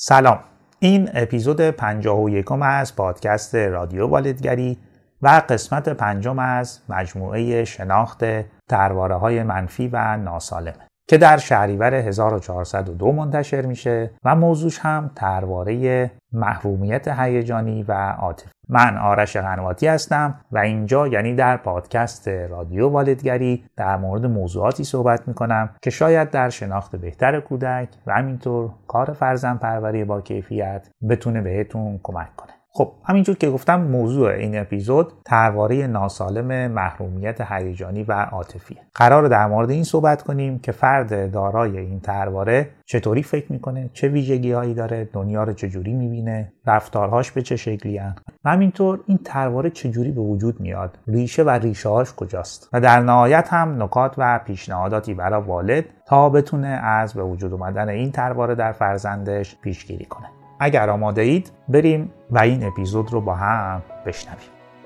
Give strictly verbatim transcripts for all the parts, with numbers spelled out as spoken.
سلام، این اپیزود پنجاه و یکم از پادکست رادیو والدگری و قسمت پنجم از مجموعه شناخت ترواره‌های منفی و ناسالمه که در شهریور هزار و چهارصد و دو منتشر میشه و موضوعش هم ترواره محرومیت هیجانی و عاطفی. من آرش قنواتی هستم و اینجا یعنی در پادکست رادیو والدگری در مورد موضوعاتی صحبت میکنم که شاید در شناخت بهتر کودک و همینطور کار فرزندپروری با کیفیت بتونه بهتون کمک کنه. خب همینجور که گفتم موضوع این اپیزود ترواره ناسالم محرومیت هیجانی و عاطفی. قراره در مورد این صحبت کنیم که فرد دارای این ترواره چطوری فکر میکنه، چه ویژگی‌هایی داره، دنیا رو چجوری میبینه، رفتارهاش به چه شکلی هست و همینطور این ترواره چجوری به وجود میاد، ریشه و ریشه‌هاش کجاست و در نهایت هم نکات و پیشنهاداتی برای والد تا بتونه از به وجود اومدن این ترواره در فرزندش پیشگیری کنه. اگر آماده اید بریم و این اپیزود رو با هم بشنویم.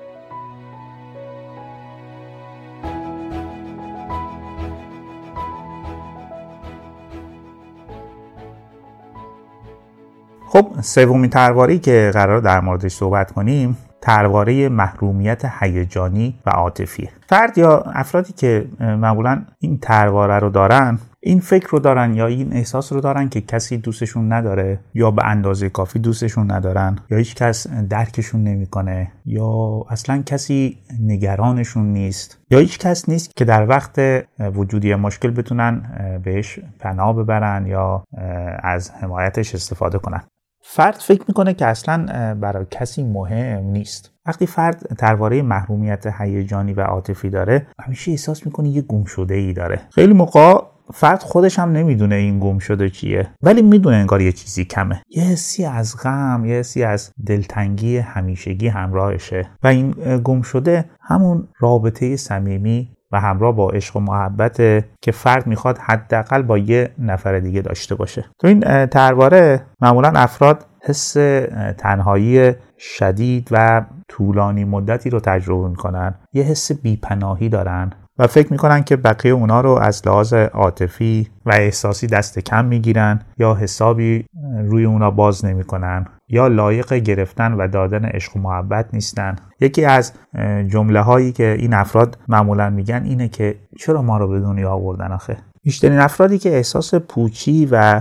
خب سومین ترواره‌ای که قرار در موردش صحبت کنیم ترواره محرومیت هیجانی و عاطفی. فرد یا افرادی که معمولاً این ترواره رو دارن این فکر رو دارن یا این احساس رو دارن که کسی دوستشون نداره یا به اندازه کافی دوستشون ندارن یا هیچ کس درکشون نمیکنه یا اصلا کسی نگرانشون نیست یا هیچ کس نیست که در وقت وجودی مشکل بتونن بهش پناه ببرن یا از حمایتش استفاده کنن. فرد فکر میکنه که اصلا برای کسی مهم نیست. وقتی فرد ترواره محرومیت هیجانی و عاطفی داره همیشه احساس میکنه یه گم شده ای داره. خیلی موقع فرد خودش هم نمیدونه این گم شده چیه ولی میدونه انگار یه چیزی کمه، یه حسی از غم، یه حسی از دلتنگی همیشگی همراهشه و این گم شده همون رابطه صمیمی و همراه با عشق و محبت که فرد میخواد حداقل با یه نفر دیگه داشته باشه. تو این ترواره معمولا افراد حس تنهایی شدید و طولانی مدتی رو تجربه میکنن، یه حس بیپناهی دارن و فکر میکنن که بقیه اونا رو از لحاظ عاطفی و احساسی دست کم میگیرن یا حسابی روی اونا باز نمیکنن یا لایق گرفتن و دادن عشق و محبت نیستن. یکی از جمله هایی که این افراد معمولا میگن اینه که چرا ما رو به دنیا آوردن آخه؟ بیشترین افرادی که احساس پوچی و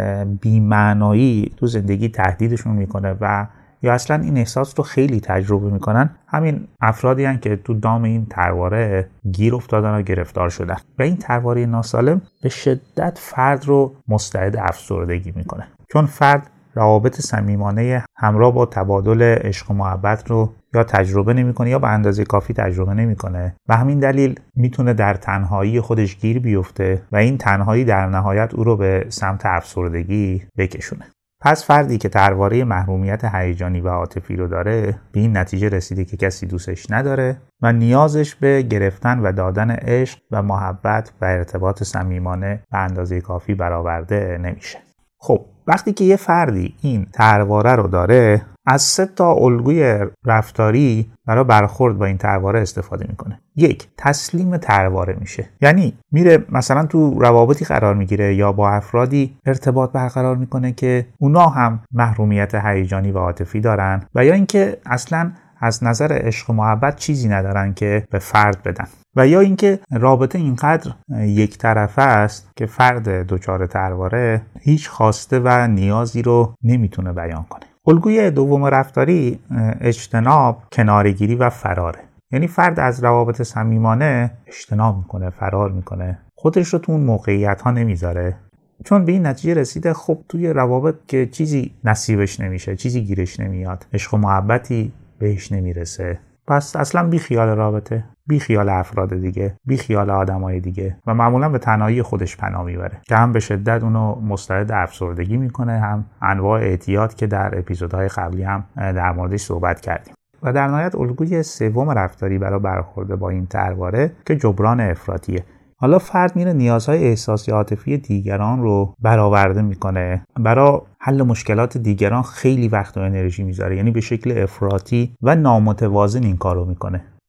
بی‌معنایی تو زندگی تهدیدشون میکنه و یا اصلا این احساس رو خیلی تجربه میکنن همین افرادی هستند که تو دام این ترواره گیر افتادن و گرفتار شدن و این ترواره ناسالم به شدت فرد رو مستعد افسردگی میکنه، چون فرد روابط صمیمانه همراه با تبادل عشق و محبت رو یا تجربه نمیکنه یا به اندازه کافی تجربه نمیکنه و همین دلیل میتونه در تنهایی خودش گیر بیفته و این تنهایی در نهایت او رو به سمت افسردگی بکشونه. پس فردی که ترواره محرومیت هیجانی و عاطفی رو داره به این نتیجه رسیده که کسی دوستش نداره و نیازش به گرفتن و دادن عشق و محبت و ارتباط صمیمانه به اندازه کافی برآورده نمیشه. خب وقتی که یه فردی این ترواره رو داره از سه تا الگوی رفتاری برای برخورد با این ترواره استفاده میکنه. یک، تسلیم ترواره میشه، یعنی میره مثلا تو روابطی قرار میگیره یا با افرادی ارتباط برقرار میکنه که اونا هم محرومیت هیجانی و عاطفی دارن و یا اینکه اصلا از نظر عشق و محبت چیزی ندارن که به فرد بدن و یا اینکه رابطه اینقدر یک طرفه است که فرد دچار ترواره هیچ خواسته و نیازی رو نمیتونه بیان کنه. الگوی دوم رفتاری اجتناب، کناره‌گیری و فراره. یعنی فرد از روابط صمیمانه اجتناب میکنه، فرار میکنه، خودش رو تو اون موقعیت ها نمیذاره چون به این نتیجه رسیده خب توی روابط که چیزی نصیبش نمیشه، چیزی گیرش نمیاد، عشق و محبتی بهش نمیرسه، پس اصلا بی خیال رابطه، بی خیال افراد دیگه، بی خیال آدمای دیگه و معمولا به تنهایی خودش پناه میبره که هم به شدت اونو مستعد افسردگی میکنه، هم انواع اعتیاد که در اپیزودهای قبلی هم در موردش صحبت کردیم. و در نهایت الگوی سوم رفتاری برای برخورد با این ترواره که جبران افراطیه. حالا فرد میره نیازهای احساسی عاطفی دیگران رو برآورده میکنه، برای حل مشکلات دیگران خیلی وقت و انرژی میذاره، یعنی به شکل افراطی و نامتوازن این کارو میکنه.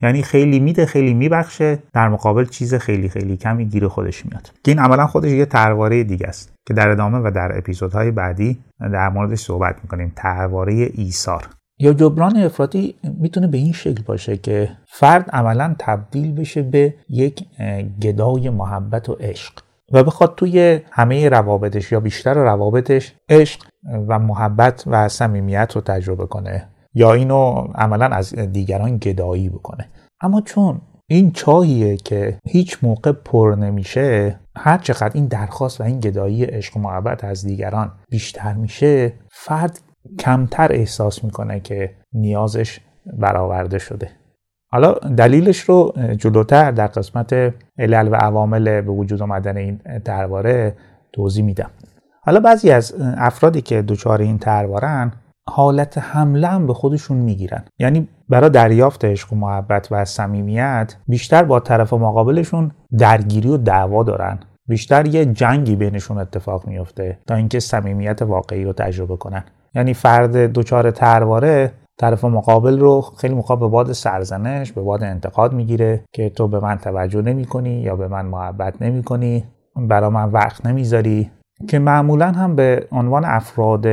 یعنی خیلی میده خیلی میبخشه، در مقابل چیز خیلی خیلی کمی گیر خودش میاد که این عملا خودش یه طرحواره دیگه است که در ادامه و در اپیزودهای بعدی در موردش صحبت میکنیم. طرحواره ایثار یا جبران افراطی میتونه به این شکل باشه که فرد عملا تبدیل بشه به یک گدای محبت و عشق و بخواد توی همه روابطش یا بیشتر روابطش عشق و محبت و صمیمیت رو تجربه کنه یا اینو عملا از دیگران گدایی بکنه. اما چون این چاهیه که هیچ موقع پر نمیشه، هر چقدر این درخواست و این گدایی عشق و محبت از دیگران بیشتر میشه، فرد کمتر احساس میکنه که نیازش برآورده شده. حالا دلیلش رو جلوتر در قسمت علل و عوامل به وجود آمدن این طرحواره توضیح میدم. حالا بعضی از افرادی که دچار این طرحواره‌ان حالت حمله هم به خودشون میگیرن، یعنی برای دریافت عشق و محبت و صمیمیت بیشتر با طرف مقابلشون درگیری و دعوا دارن، بیشتر یه جنگی بینشون اتفاق میفته تا اینکه صمیمیت واقعی رو تجربه کنن. یعنی فرد دچار طرحواره طرف مقابل رو خیلی موقع به باد سرزنش، به باد انتقاد میگیره که تو به من توجه نمی کنی یا به من محبت نمی کنی، برای من وقت نمیذاری، که معمولا هم به عنوان افراد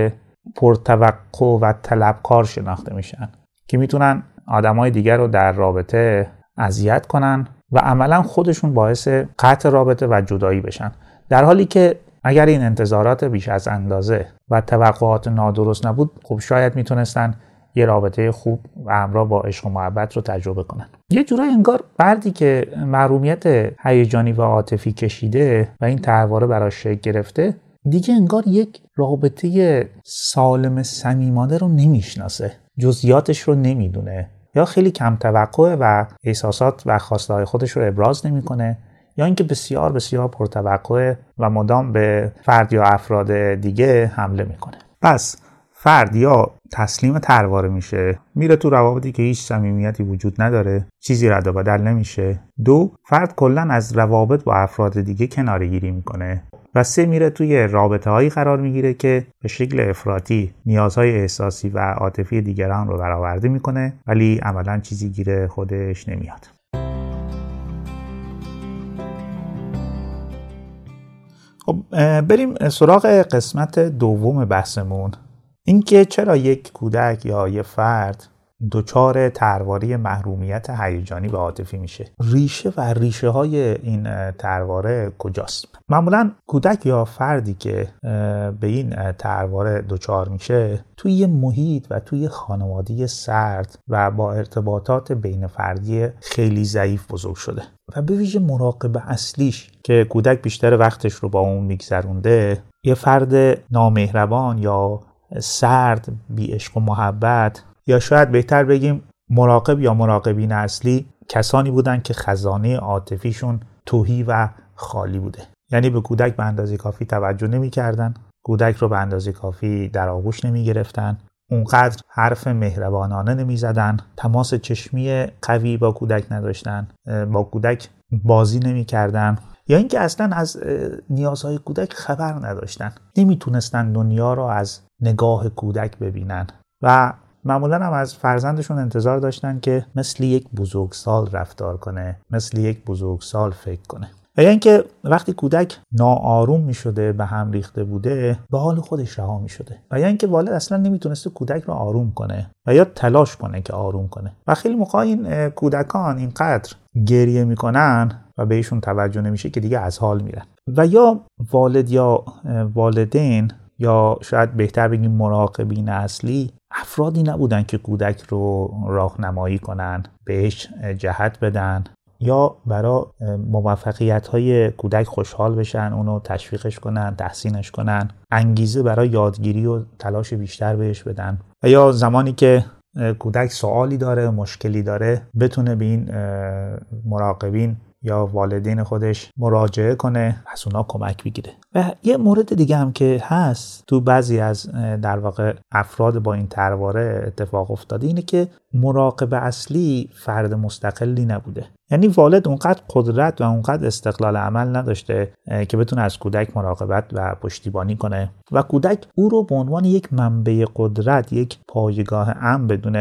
پرتوقع و طلبکار شناخته میشن که میتونن آدمای دیگر رو در رابطه اذیت کنن و عملا خودشون باعث قطع رابطه و جدایی بشن، در حالی که اگر این انتظارات بیش از اندازه و توقعات نادرست نبود، خب شاید میتونستن یه رابطه خوب و همراه با عشق و محبت رو تجربه کنن. یه جورایی انگار فردی که محرومیت هیجانی و عاطفی کشیده و این طرحواره براش شکل گرفته، دیگه انگار یک رابطه سالم صمیمانه رو نمیشناسه، جزئیاتش رو نمیدونه، یا خیلی کم توقع و احساسات و خواسته‌های خودش رو ابراز نمیکنه، یا اینکه بسیار بسیار پرتوقع و مدام به فرد یا افراد دیگه حمله میکنه. پس فرد یا تسلیم طرحواره میشه، میره تو روابطی که هیچ صمیمیتی وجود نداره، چیزی رد و بدل نمیشه. دو، فرد کلا از روابط با افراد دیگه کناره‌گیری میکنه. و سه، میره توی رابطه هایی قرار میگیره که به شکل افراطی نیازهای احساسی و عاطفی دیگران رو برآورده میکنه ولی عملا چیزی گیر خودش نمیاد. خب بریم سراغ قسمت دوم بحثمون، اینکه چرا یک کودک یا یک فرد دچار طرحواره محرومیت هیجانی و عاطفی میشه. ریشه و ریشه های این طرحواره کجاست؟ معمولا کودک یا فردی که به این طرحواره دچار میشه توی یه محیط و توی خانواده سرد و با ارتباطات بین فردی خیلی ضعیف بزرگ شده و به ویژه مراقب اصلیش که کودک بیشتر وقتش رو با اون میگذرونده، یه فرد نامهربان یا سرد، بی عشق و محبت، یا شاید بهتر بگیم مراقب یا مراقبین اصلی کسانی بودن که خزانه عاطفیشون تهی و خالی بوده. یعنی به کودک به اندازه کافی توجه نمی کردن، کودک رو به اندازه کافی در آغوش نمی گرفتن، اونقدر حرف مهربانانه نمی زدن، تماس چشمی قوی با کودک نداشتن، با کودک بازی نمی کردن، یا اینکه اصلا از نیازهای کودک خبر نداشتن، نمیتونستن دنیا رو از نگاه کودک ببینن و معمولا هم از فرزندشون انتظار داشتن که مثل یک بزرگسال رفتار کنه، مثل یک بزرگسال فکر کنه. و یا اینکه وقتی کودک ناآروم می شده، به هم ریخته بوده، به حال خودش رها می شده. و یا اینکه والد اصلا نمیتونسته کودک رو آروم کنه و یا تلاش کنه که آروم کنه. و خیلی موقع این کودکان اینقدر گریه میکنن و بهشون توجه نمیشه که دیگه از حال میرن. و یا والد یا والدین یا شاید بهتر بگیم مراقبین اصلی افرادی نبودن که کودک رو راهنمایی کنن، بهش جهت بدن یا برای موفقیت‌های کودک خوشحال بشن، اونو تشویقش کنن، تحسینش کنن، انگیزه برای یادگیری و تلاش بیشتر بهش بدن. و یا زمانی که کودک سوالی داره، مشکلی داره، بتونه به این مراقبین یا والدین خودش مراجعه کنه، از اونا کمک بگیره. و یه مورد دیگه هم که هست تو بعضی از در واقع افراد با این طرحواره اتفاق افتاده اینه که مراقب اصلی فرد مستقلی نبوده. یعنی والد اونقدر قدرت و اونقدر استقلال عمل نداشته که بتونه از کودک مراقبت و پشتیبانی کنه و کودک او رو به عنوان یک منبع قدرت، یک پایگاه امن بدونه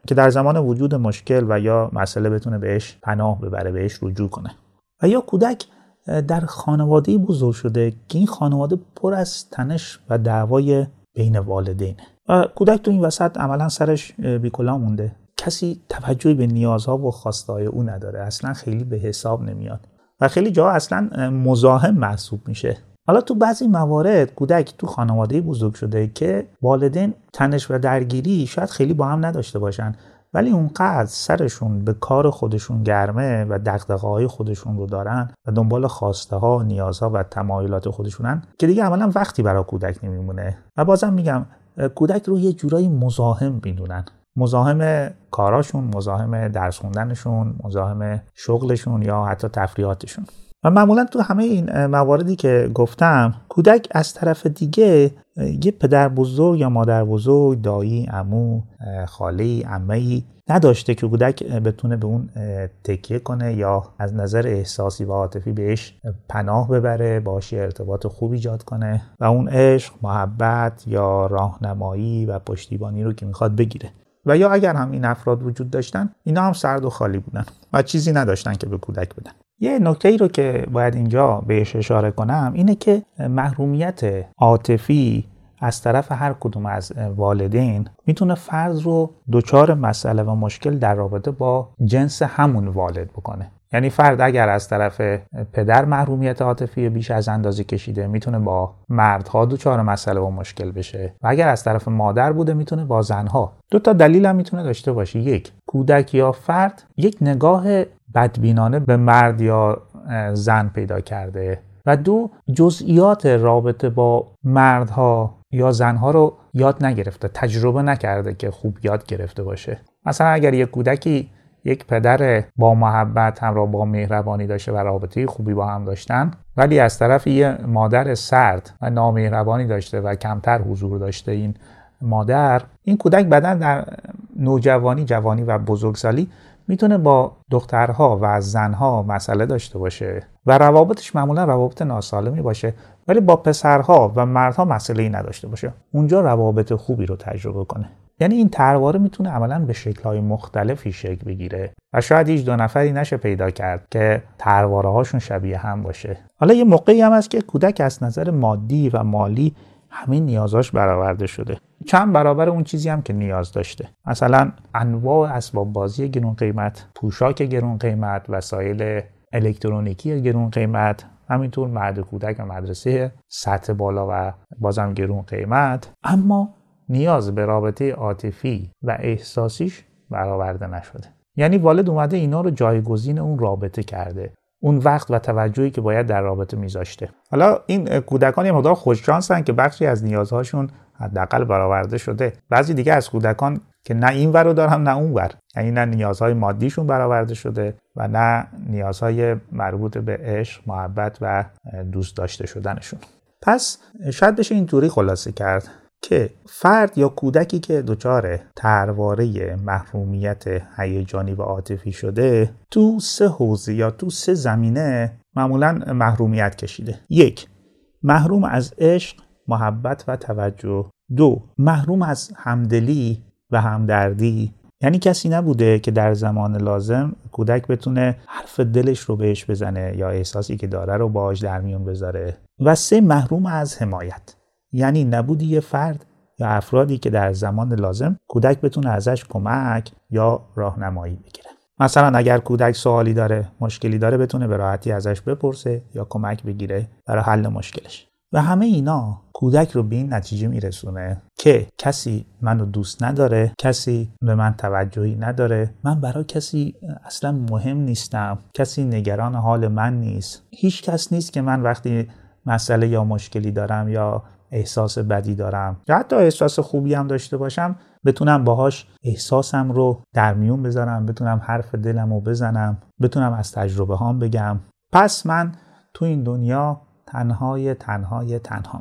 که در زمان وجود مشکل و یا مسئله بتونه بهش پناه ببره، بهش رجوع کنه. و یا کودک در خانواده‌ای بزرگ شده که این خانواده پر از تنش و دعوای بین والدینه و کودک تو این وسط عملا سرش بی‌کلاه مونده. کسی توجهی به نیازها و خواسته‌های او نداره، اصلا خیلی به حساب نمیاد و خیلی جاها اصلا مزاحم محسوب میشه. حالا تو بعضی موارد کودک تو خانواده‌ای بزرگ شده که والدین تنش و درگیری شاید خیلی با هم نداشته باشن، ولی اونقدر سرشون به کار خودشون گرمه و دغدغه‌های خودشون رو دارن و دنبال خواسته ها، نیازها و تمایلات خودشونن که دیگه عملا وقتی برای کودک نمیمونه. و بازم میگم کودک رو یه جورایی مزاحم میدونن، مزاحم کاراشون، مزاحم درس خوندنشون، مزاحم شغلشون یا حتی تفریحاتشون. و معمولا تو همه این مواردی که گفتم کودک از طرف دیگه یه پدر بزرگ یا مادر بزرگ، دایی، عمو، خاله، عمه‌ای نداشته که کودک بتونه به اون تکیه کنه یا از نظر احساسی و عاطفی بهش پناه ببره، باهاش ارتباط خوب ایجاد کنه و اون عشق، محبت یا راهنمایی و پشتیبانی رو که میخواد بگیره. و یا اگر هم این افراد وجود داشتن، اینا هم سرد و خالی بودن و چیزی نداشتن که به کودک بدن. یه نکته ای رو که باید اینجا بهش اشاره کنم اینه که محرومیت عاطفی از طرف هر کدوم از والدین میتونه فرد رو دچار مسئله و مشکل در رابطه با جنس همون والد بکنه. یعنی فرد اگر از طرف پدر محرومیت عاطفی بیش از اندازه کشیده میتونه با مردها دچار مسئله و مشکل بشه و اگر از طرف مادر بوده میتونه با زنها. دو تا دلیل هم میتونه داشته باشه. یک، کودک یا فرد یک نگاه بدبینانه به مرد یا زن پیدا کرده و دو، جزئیات رابطه با مردها یا زنها رو یاد نگرفته، تجربه نکرده که خوب یاد گرفته باشه. مثلا اگر یک کودکی یک پدر با محبت همراه با مهربانی داشته و رابطه خوبی با هم داشتن، ولی از طرف یه مادر سرد و نامهربانی داشته و کمتر حضور داشته این مادر، این کودک بعداً در نوجوانی، جوانی و بزرگسالی میتونه با دخترها و زنها مسئله داشته باشه و روابطش معمولا روابط ناسالمی باشه، ولی با پسرها و مردها مسئله‌ای نداشته باشه. اونجا روابط خوبی رو تجربه کنه. یعنی این طرواره میتونه عملاً به شکل‌های مختلفی شکل بگیره و شاید هیچ دو نفری نشه پیدا کرد که طرواره هاشون شبیه هم باشه. حالا یه موقعی هم هست که کودک از نظر مادی و مالی همین نیازاش برآورده شده، چند برابر اون چیزی هم که نیاز داشته. مثلا انواع اسباب بازی گرون قیمت، پوشاک گرون قیمت، وسایل الکترونیکی گرون قیمت، همینطور مهد کودک و مدرسه سطح بالا و بازم گرون قیمت، اما نیاز به رابطه عاطفی و احساسیش برآورده نشده. یعنی والد اومده اینا رو جایگزین اون رابطه کرده، اون وقت و توجهی که باید در رابطه میذاشته. حالا این کودکان یه مقدار خوششانسن که بخشی از نیازهاشون حداقل برآورده شده. بعضی دیگه از کودکان که نه این ور رو دارن نه اون ور، یعنی نه نیازهای مادیشون برآورده شده و نه نیازهای مربوط به عشق، محبت و دوست داشته شدنشون. پس شاید بشه اینطوری خلاصه کرد که فرد یا کودکی که دچار طرواره محرومیت هیجانی و عاطفی شده تو سه حوزه یا تو سه زمینه معمولاً محرومیت کشیده. یک، محروم از عشق، محبت و توجه. دو، محروم از همدلی و همدردی، یعنی کسی نبوده که در زمان لازم کودک بتونه حرف دلش رو بهش بزنه یا احساسی که داره رو باهاش در میون بذاره. و سه، محروم از حمایت، یعنی نبودی یه فرد یا افرادی که در زمان لازم کودک بتونه ازش کمک یا راهنمایی بگیره. مثلا اگر کودک سوالی داره، مشکلی داره، بتونه به راحتی ازش بپرسه یا کمک بگیره برای حل مشکلش. و همه اینا کودک رو به این نتیجه میرسونه که کسی منو دوست نداره، کسی به من توجهی نداره، من برای کسی اصلا مهم نیستم، کسی نگران حال من نیست، هیچ کس نیست که من وقتی مسئله یا مشکلی دارم یا احساس بدی دارم یا حتی احساس خوبی هم داشته باشم بتونم باهاش احساسم رو در میون بذارم، بتونم حرف دلم رو بزنم، بتونم از تجربه هام بگم. پس من تو این دنیا تنهای تنهای تنهام.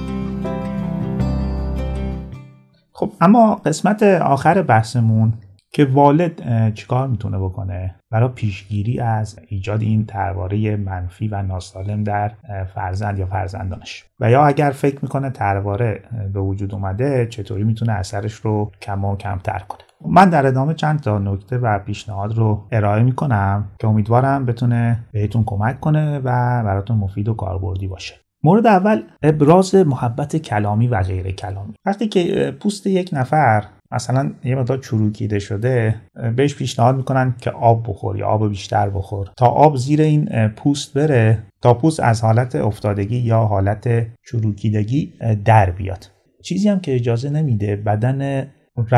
خب اما قسمت آخر بحثمون که والد چیکار میتونه بکنه برای پیشگیری از ایجاد این ترواره منفی و ناسالم در فرزند یا فرزندانش، و یا اگر فکر میکنه ترواره به وجود اومده چطوری میتونه اثرش رو کم و کمتر کنه. من در ادامه چند تا نکته و پیشنهاد رو ارائه میکنم که امیدوارم بتونه بهتون کمک کنه و براتون مفید و کاربردی باشه. مورد اول، ابراز محبت کلامی و غیر کلامی. وقتی که پوست یک نفر مثلا یه مقدار چروکیده شده، بهش پیشنهاد میکنن که آب بخور یا آب بیشتر بخور تا آب زیر این پوست بره، تا پوست از حالت افتادگی یا حالت چروکیدگی در بیاد. چیزی هم که اجازه نمیده بدن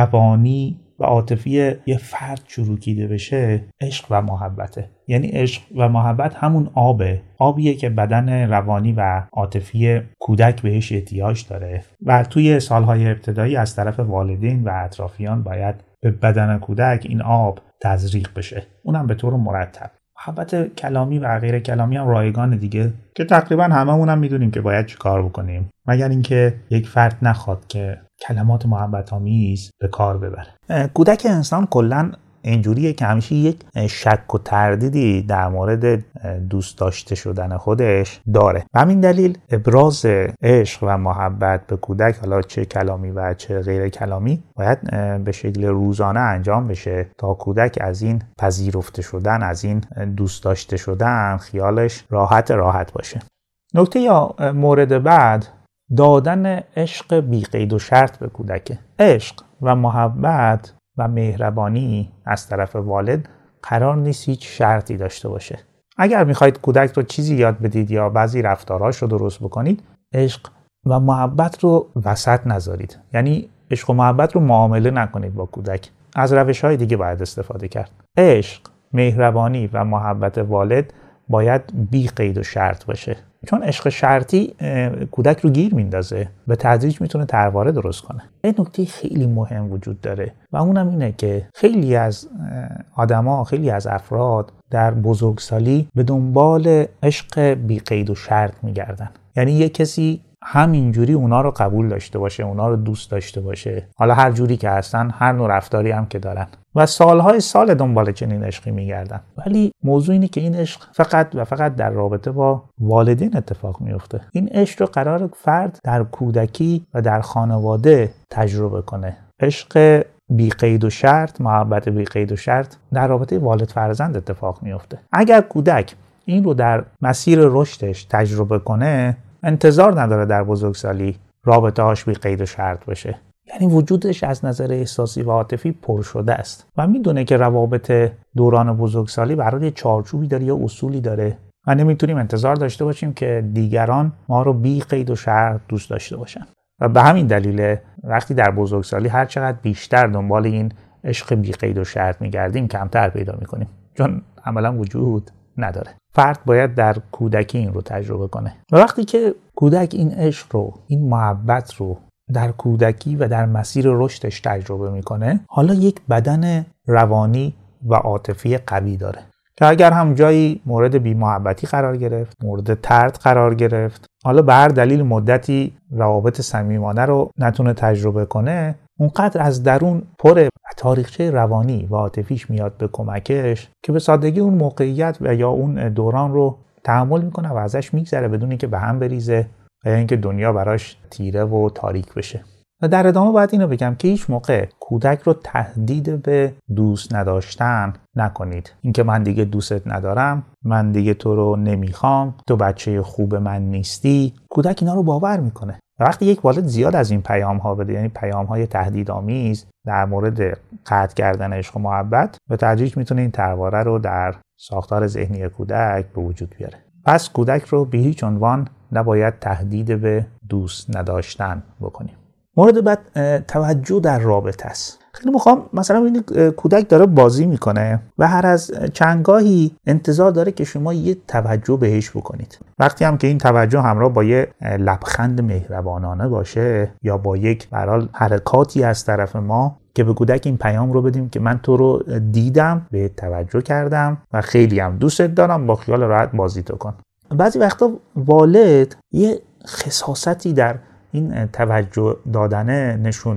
روانی و عاطفی یه فرد چروکیده بشه عشق و محبته. یعنی عشق و محبت همون آبه، آبیه که بدن روانی و عاطفی کودک بهش احتیاج داره و توی سالهای ابتدایی از طرف والدین و اطرافیان باید به بدن کودک این آب تزریق بشه، اونم به طور مرتب. محبت کلامی و غیر کلامی هم رایگان دیگه که تقریبا هممون هم میدونیم که باید چی کار بکنیم، مگر اینکه یک فرد نخواد که کلمات محبت آمیز به کار ببره. کودک انسان کلاً اینجوریه که همیشه یک شک و تردیدی در مورد دوست داشته شدن خودش داره. و همین دلیل ابراز عشق و محبت به کودک، حالا چه کلامی و چه غیر کلامی، باید به شکل روزانه انجام بشه تا کودک از این پذیرفته شدن، از این دوست داشته شدن خیالش راحت راحت باشه. نکته یا مورد بعد، دادن عشق بی قید و شرط به کودک. عشق و محبت و مهربانی از طرف والد قرار نیست هیچ شرطی داشته باشه. اگر میخواید کودک رو چیزی یاد بدید یا بعضی رفتارهاش رو درست بکنید، عشق و محبت رو وسط نذارید. یعنی عشق و محبت رو معامله نکنید با کودک. از روش‌های دیگه باید استفاده کرد. عشق، مهربانی و محبت والد باید بی قید و شرط باشه. چون عشق شرطی کودک رو گیر میندازه، به تدریج میتونه ترواره درست کنه. این نکته خیلی مهم وجود داره و اونم اینه که خیلی از آدما، خیلی از افراد در بزرگسالی به دنبال عشق بی قید و شرط میگردن. یعنی یه کسی همینجوری اونا رو قبول داشته باشه، اونا رو دوست داشته باشه، حالا هر جوری که هستن، هر نوع رفتاری هم که دارن، و سالهای سال دنبال چنین عشقی میگردن. ولی موضوع اینه که این عشق فقط و فقط در رابطه با والدین اتفاق میفته. این عشق رو قرار فرد در کودکی و در خانواده تجربه کنه. عشق بی قید و شرط، محبت بی قید و شرط در رابطه والد فرزند اتفاق میفته. اگر کودک این رو در مسیر رشدش تجربه کنه، انتظار نداره در بزرگسالی رابطه هاش بی قید و شرط باشه. یعنی وجودش از نظر احساسی و عاطفی پر شده است و میدونه که روابط دوران بزرگسالی برای چارچوبی داره یا اصولی داره و نمیتونیم انتظار داشته باشیم که دیگران ما رو بی قید و شرط دوست داشته باشن. و به همین دلیل وقتی در بزرگسالی هر چقدر بیشتر دنبال این عشق بی قید و شرط میگردیم، کمتر پیدا میکنیم، چون عملا وجود نداره. فرد باید در کودکی این رو تجربه کنه و وقتی که کودک این عشق رو، این محبت رو در کودکی و در مسیر رشدش تجربه میکنه، حالا یک بدن روانی و عاطفی قوی داره که اگر هم جایی مورد بی محبتی قرار گرفت، مورد طرد قرار گرفت، حالا به هر دلیل مدتی روابط صمیمانه رو نتونه تجربه کنه، اونقدر از درون پر تاریخچه روانی و عاطفیش میاد به کمکش که به سادگی اون موقعیت و یا اون دوران رو تحمل میکنه و ازش میگذره بدون اینکه به هم بریزه و اینکه دنیا براش تیره و تاریک بشه. و در ادامه باید اینو بگم که هیچ موقع کودک رو تهدید به دوست نداشتن نکنید. اینکه من دیگه دوستت ندارم، من دیگه تو رو نمیخوام، تو بچه خوب من نیستی، کودک اینا رو باور میکنه. و وقتی یک والد زیاد از این پیام ها بده، یعنی پیام های تهدیدآمیز در مورد قطع کردن عشق و محبت، به تدریج میتونه این ترواره رو در ساختار ذهنی کودک به وجود بیاره. پس کودک رو به هیچ عنوان نباید تهدید به دوست نداشتن بکنیم. مورد بعد توجه در رابطه است. خیلی میخوام مثلا ببینید کودک داره بازی میکنه و هر از چندگاهی انتظار داره که شما یه توجه بهش بکنید. وقتی هم که این توجه همراه با یه لبخند مهربانانه باشه یا با یک برحال حرکاتی از طرف ما که به کودک این پیام رو بدیم که من تو رو دیدم، به توجه کردم و خیلی هم دوستت دارم، با خیال راحت بازی تو کن. بعضی وقتا والد یه خساستی در این توجه دادنه نشون میده.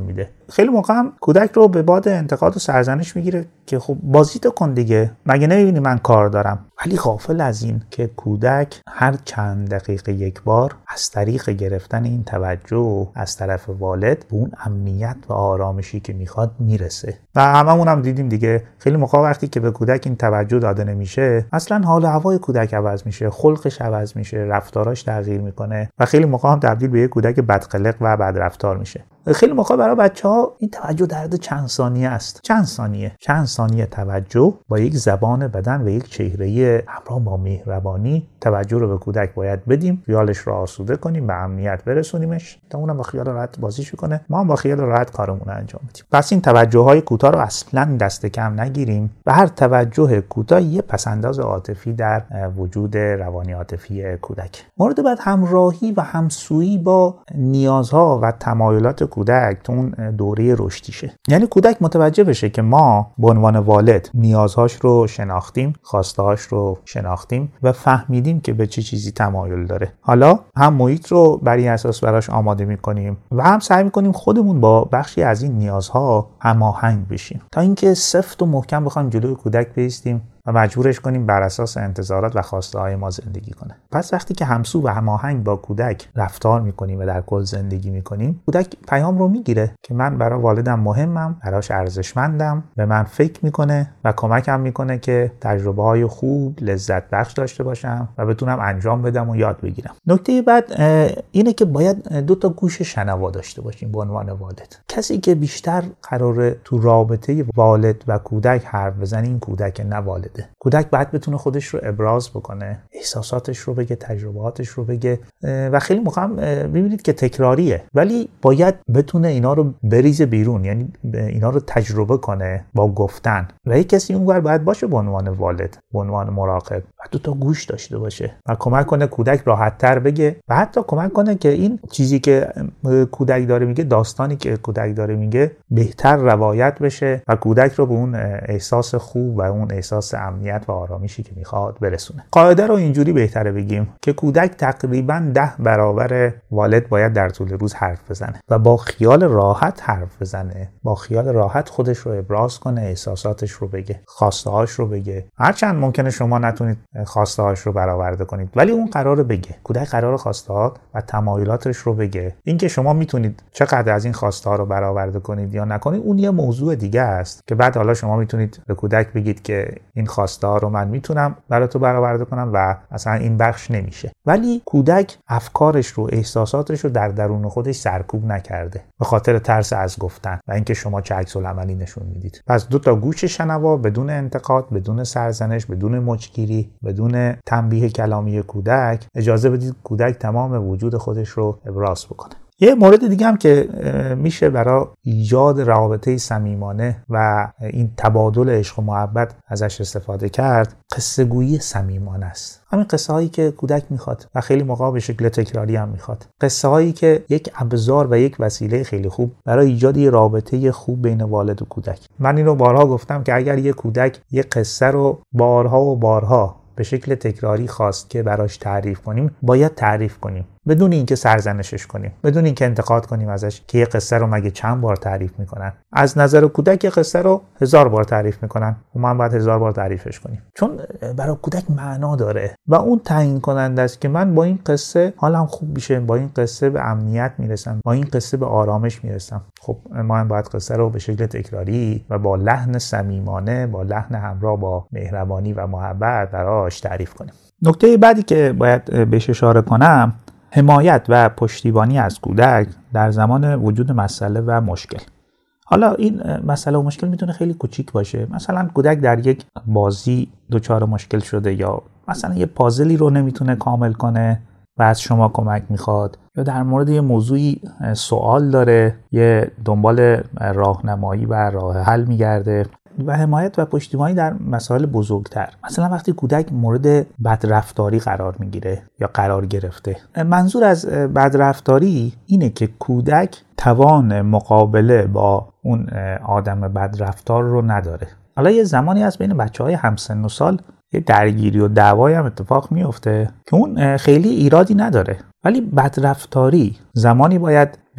خیلی موقع هم کودک رو به باد انتقاد و سرزنش میگیره که خب بازی تو کن دیگه، مگه نمیبینی من کار دارم؟ ولی غافل از این که کودک هر چند دقیقه یک بار از طریق گرفتن این توجه از طرف والد به اون امنیت و آرامشی که میخواد میرسه. و هممون هم دیدیم دیگه، خیلی موقع وقتی که به کودک این توجه داده نمیشه، اصلا حال و هوای کودک عوض میشه، خلقش عوض میشه، رفتاراش تغییر میکنه و خیلی موقع هم تبدیل به یک کودک بدخلق و بدرفتار میشه. خیلی موقع برای بچه‌ها این توجه در حد چند ثانیه است. چند ثانیه چند ثانیه توجه با یک زبان بدن و یک چهره همراه با مهربانی توجه رو به کودک باید بدیم، خیالش رو آسوده کنیم، به امنیت برسونیمش تا اونم با خیال راحت بازیش کنه، ما هم با خیال راحت کارمون رو انجام بدیم. پس این توجه‌های کوتاه رو اصلاً دست کم نگیریم و هر توجه کوتاه یه پس‌انداز عاطفی در وجود روانی عاطفی کودک. مورد بعد همراهی و همسویی با نیازها و تمایلات کودک تو اون دوره رشدیشه. یعنی کودک متوجه بشه که ما به عنوان والد نیازهاش رو شناختیم، خواستهاش رو شناختیم و فهمیدیم که به چه چی چیزی تمایل داره. حالا هم محیط رو بر این اساس براش آماده می‌کنیم و هم سعی می‌کنیم خودمون با بخشی از این نیازها هماهنگ بشیم تا اینکه سفت و محکم بخوایم جلوی کودک بایستیم و مجبورش کنیم بر اساس انتظارات و خواسته‌های ما زندگی کنه. پس وقتی که همسو و هماهنگ با کودک رفتار می‌کنیم و در کل زندگی می‌کنیم، کودک پیام رو میگیره که من برای والدم مهمم، براش ارزشمندم، به من فکر میکنه و کمکم میکنه که تجربه‌های خوب، لذت بخش داشته باشم و بتونم انجام بدم و یاد بگیرم. نکته بعد اینه که باید دو تا گوش شنوا داشته باشیم به عنوان والد. کسی که بیشتر قراره تو رابطه والد و کودک حرف بزنه این کودک، نه والد. کودک باید بتونه خودش رو ابراز بکنه، احساساتش رو بگه، تجرباتش رو بگه و خیلی موقع می‌بینید که تکراریه، ولی باید بتونه اینا رو بریزه بیرون، یعنی اینا رو تجربه کنه با گفتن. و یک کسی اونور باید باشه به عنوان والد، به عنوان مراقب و دو تا گوش داشته باشه و کمک کنه کودک راحت‌تر بگه و حتی کمک کنه که این چیزی که کودک داره میگه، داستانی که کودک داره میگه بهتر روایت بشه و کودک رو به اون احساس خوب و اون احساس امنیت و آرامشی که میخواد برسونه. قاعده رو اینجوری بهتره بگیم که کودک تقریباً ده برابر والد باید در طول روز حرف بزنه و با خیال راحت حرف بزنه، با خیال راحت خودش رو ابراز کنه، احساساتش رو بگه، خواسته‌هاش رو بگه. هرچند ممکنه شما نتونید خواسته‌هاش رو برآورده کنید، ولی اون قراره بگه. کودک قراره خواسته‌ها و تمایلاتش رو بگه. اینکه شما میتونید چقدر از این خواسته‌ها رو برآورده کنید یا نکنید اون یه موضوع دیگه است که بعد حالا شما میتونید به کودک بگید که این خواسته ها رو من میتونم برای تو برآورده کنم و اصلا این بخش نمیشه. ولی کودک افکارش رو، احساساتش رو در درون خودش سرکوب نکرده به خاطر ترس از گفتن و اینکه شما چه عکس العملی نشون میدید. پس دو تا گوش شنوا بدون انتقاد، بدون سرزنش، بدون مچگیری، بدون تنبیه کلامی کودک، اجازه بدید کودک تمام وجود خودش رو ابراز بکنه. یه مورد دیگه هم که میشه برای ایجاد رابطه صمیمانه و این تبادل عشق و محبت ازش استفاده کرد، قصه گویی صمیمانه است. همین قصه هایی که کودک میخواد و خیلی موقع به شکل تکراری هم میخواد. قصه هایی که یک ابزار و یک وسیله خیلی خوب برای ایجاد یه رابطه خوب بین والد و کودک. من اینو بارها گفتم که اگر یه کودک یه قصه رو بارها و بارها به شکل تکراری خواست که براش تعریف کنیم، باید تعریف کنیم بدون اینکه سرزنشش کنیم، بدون اینکه انتقاد کنیم ازش که یه قصه رو مگه چند بار تعریف میکنن. از نظر کودک یه قصه رو هزار بار تعریف میکنن و ما هم باید هزار بار تعریفش کنیم، چون برای کودک معنا داره و اون تعیین کننده است که من با این قصه حالم خوب میشه، با این قصه به امنیت میرسم، با این قصه به آرامش میرسم. خب ما هم باید قصه رو به شکل تکراری و با لحن صمیمانه، با لحن همراه با مهربانی و محبت براش تعریف کنیم. نکته بعدی که باید بهش اشاره کنم، حمایت و پشتیبانی از کودک در زمان وجود مسئله و مشکل. حالا این مسئله و مشکل میتونه خیلی کوچیک باشه، مثلا کودک در یک بازی دچار مشکل شده یا مثلا یه پازلی رو نمیتونه کامل کنه و از شما کمک میخواد، یا در مورد یه موضوعی سوال داره، یه دنبال راهنمایی و راه حل میگرده. و حمایت و پشتیبانی در مسائل بزرگتر، مثلا وقتی کودک مورد بدرفتاری قرار میگیره یا قرار گرفته. منظور از بدرفتاری اینه که کودک توان مقابله با اون آدم بدرفتار رو نداره. حالا یه زمانی هست بین بچه‌های همسن و سال یه درگیری و دعوایی هم اتفاق میفته که اون خیلی ایرادی نداره، ولی بدرفتاری زمانی باید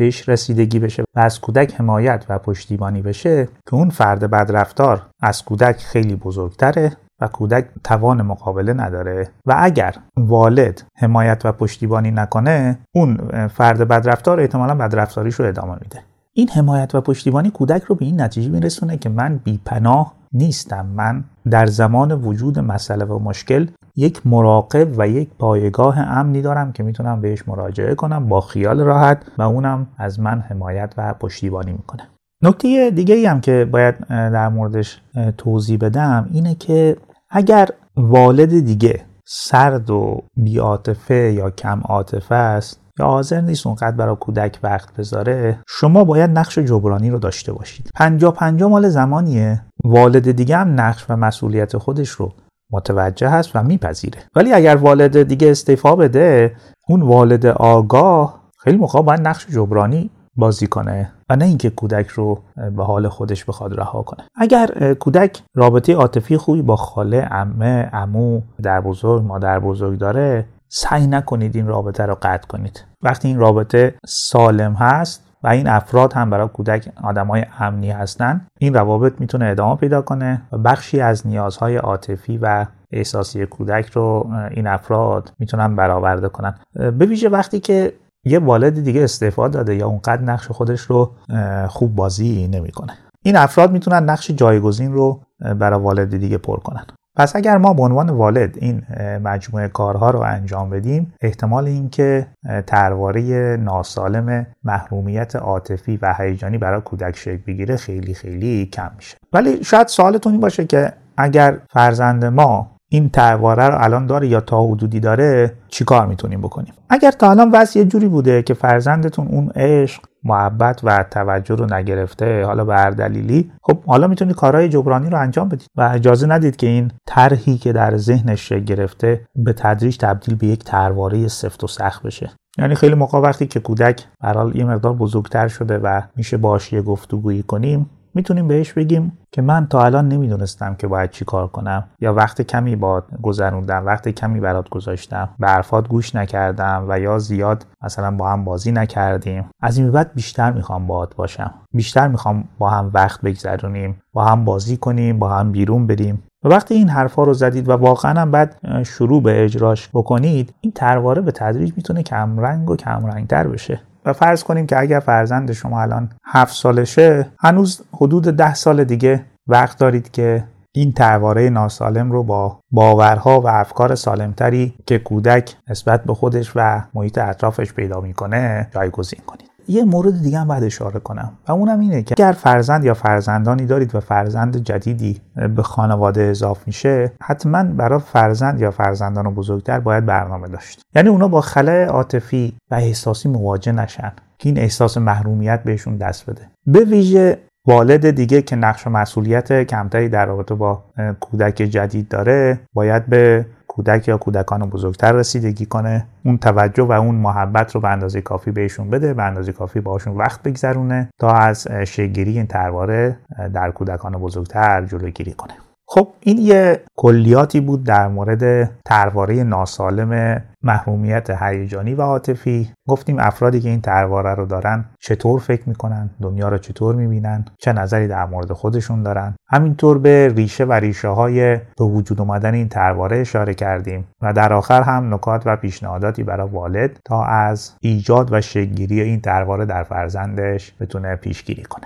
بهش رسیدگی بشه و از کودک حمایت و پشتیبانی بشه که اون فرد بدرفتار از کودک خیلی بزرگتره و کودک توان مقابله نداره و اگر والد حمایت و پشتیبانی نکنه اون فرد بدرفتار احتمالاً بدرفتاریش رو ادامه میده. این حمایت و پشتیبانی کودک رو به این نتیجه میرسونه که من بی‌پناه نیستم، من در زمان وجود مسئله و مشکل یک مراقب و یک پایگاه امنی دارم که میتونم بهش مراجعه کنم با خیال راحت و اونم از من حمایت و پشتیبانی میکنه. نکته دیگه ای هم که باید در موردش توضیح بدم اینه که اگر والد دیگه سرد و بی‌عاطفه یا کم عاطفه است یا حاضر نیست اونقدر برای کودک وقت بذاره، شما باید نقش جبرانی رو داشته باشید. پنجاه پنجاه مال زمانیه والد دیگه هم نقش و مسئولیت خودش رو متوجه هست و میپذیره. ولی اگر والد دیگه استعفا بده، اون والد آگاه خیلی موقع باید نقش جبرانی بازی کنه و نه اینکه کودک رو به حال خودش بخواد رها کنه. اگر کودک رابطه عاطفی خوبی با خاله، عمه، عمو، در بزرگ، مادر بزرگ داره، سعی نکنید این رابطه رو قطع کنید. وقتی این رابطه سالم هست و این افراد هم برای کودک آدمای امنی هستن، این روابط میتونه ادامه پیدا کنه و بخشی از نیازهای عاطفی و احساسی کودک رو این افراد میتونن برآورده کنن. به ویژه وقتی که یه والد دیگه استعفا داده یا اونقدر نقش خودش رو خوب بازی نمیکنه. این افراد میتونن نقش جایگزین رو برای والد دیگه پر کنن. پس اگر ما به عنوان والد این مجموعه کارها رو انجام بدیم، احتمال این که طرحواره ناسالم محرومیت عاطفی و هیجانی برای کودک شکل بگیره خیلی خیلی کم میشه. ولی شاید سوالتون این باشه که اگر فرزند ما این طرحواره رو الان داره یا تا حدودی داره، چی کار میتونیم بکنیم؟ اگر تا الان وضع یه جوری بوده که فرزندتون اون عشق، محبت و توجه رو نگرفته، حالا به هر دلیلی، خب حالا میتونید کارهای جبرانی رو انجام بدید و اجازه ندید که این طرحی که در ذهنش گرفته به تدریج تبدیل به یک طرحواره سفت و سخت بشه. یعنی خیلی موقع وقتی که کودک به هر حال یه مقدار بزرگتر شده و میشه باهاش یه گفتگویی کنیم، میتونیم بهش بگیم که من تا الان نمیدونستم که باید چی کار کنم، یا وقت کمی باهات گذروندم، وقت کمی برات گذاشتم، به حرفات گوش نکردم و یا زیاد مثلا با هم بازی نکردیم. از این به بعد بیشتر میخوام باهات باشم، بیشتر میخوام با هم وقت بگذرونیم، با هم بازی کنیم، با هم بیرون بریم. و وقتی این حرفا رو زدید و واقعا هم بعد شروع به اجراش بکنید، این طرحواره به تدریج میتونه کم رنگ و کم رنگ‌تر بشه. و فرض کنیم که اگر فرزند شما الان هفت سالشه، هنوز حدود ده سال دیگه وقت دارید که این طرحواره ناسالم رو با باورها و افکار سالمتری که کودک نسبت به خودش و محیط اطرافش پیدا میکنه جایگزین کنید. یه مورد دیگه هم باید اشاره کنم و اونم اینه که اگر فرزند یا فرزندانی دارید و فرزند جدیدی به خانواده اضافه میشه، حتما برای فرزند یا فرزندان بزرگتر باید برنامه داشت. یعنی اونا با خلأ عاطفی و احساسی مواجه نشن که این احساس محرومیت بهشون دست بده. به ویژه والد دیگه که نقش و مسئولیت کمتری در رابطه با کودک جدید داره، باید به کودک یا کودکان بزرگتر رسیدگی کنه، اون توجه و اون محبت رو به اندازه کافی بهشون بده، به اندازه کافی باهاشون وقت بگذرونه تا از شکل‌گیری این طرحواره در کودکان بزرگتر جلوگیری کنه. خب این یه کلیاتی بود در مورد طرحواره ناسالم محرومیت هیجانی و عاطفی. گفتیم افرادی که این طرحواره رو دارن چطور فکر میکنن، دنیا رو چطور میبینن، چه نظری در مورد خودشون دارن. همینطور به ریشه و ریشه های به وجود اومدن این طرحواره اشاره کردیم و در آخر هم نکات و پیشنهاداتی برای والد تا از ایجاد و شکل‌گیری این طرحواره در فرزندش بتونه پیشگیری کنه.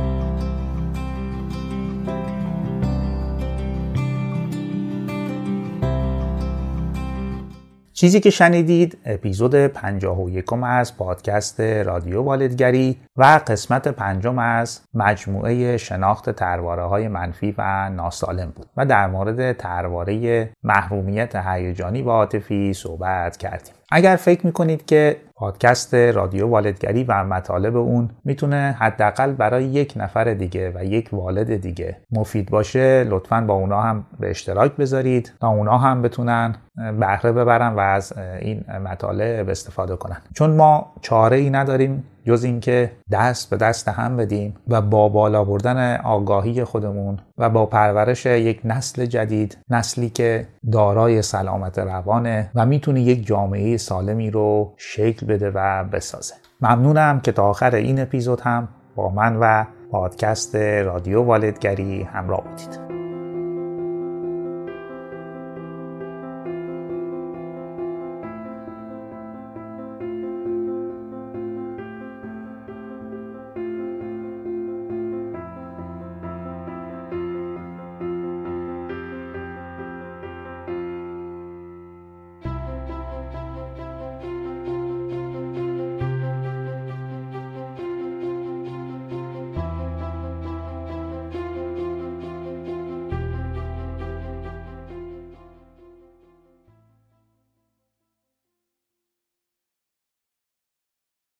چیزی که شنیدید اپیزود پنجاه و یکم از پادکست رادیو والدگری و قسمت پنجم از مجموعه شناخت طرحواره‌های منفی و ناسالم بود و در مورد طرحواره محرومیت هیجانی و عاطفی صحبت کردیم. اگر فکر میکنید که پادکست رادیو والدگری و مطالب اون میتونه حداقل برای یک نفر دیگه و یک والد دیگه مفید باشه، لطفاً با اونا هم به اشتراک بذارید تا اونا هم بتونن بهره ببرن و از این مطالب استفاده کنن. چون ما چاره ای نداریم جز این که دست به دست هم بدیم و با بالا بردن آگاهی خودمون و با پرورش یک نسل جدید، نسلی که دارای سلامت روانه و میتونه یک جامعه سالمی رو شکل بده و بسازه. ممنونم که تا آخر این اپیزود هم با من و پادکست رادیو والدگری همراه بودید.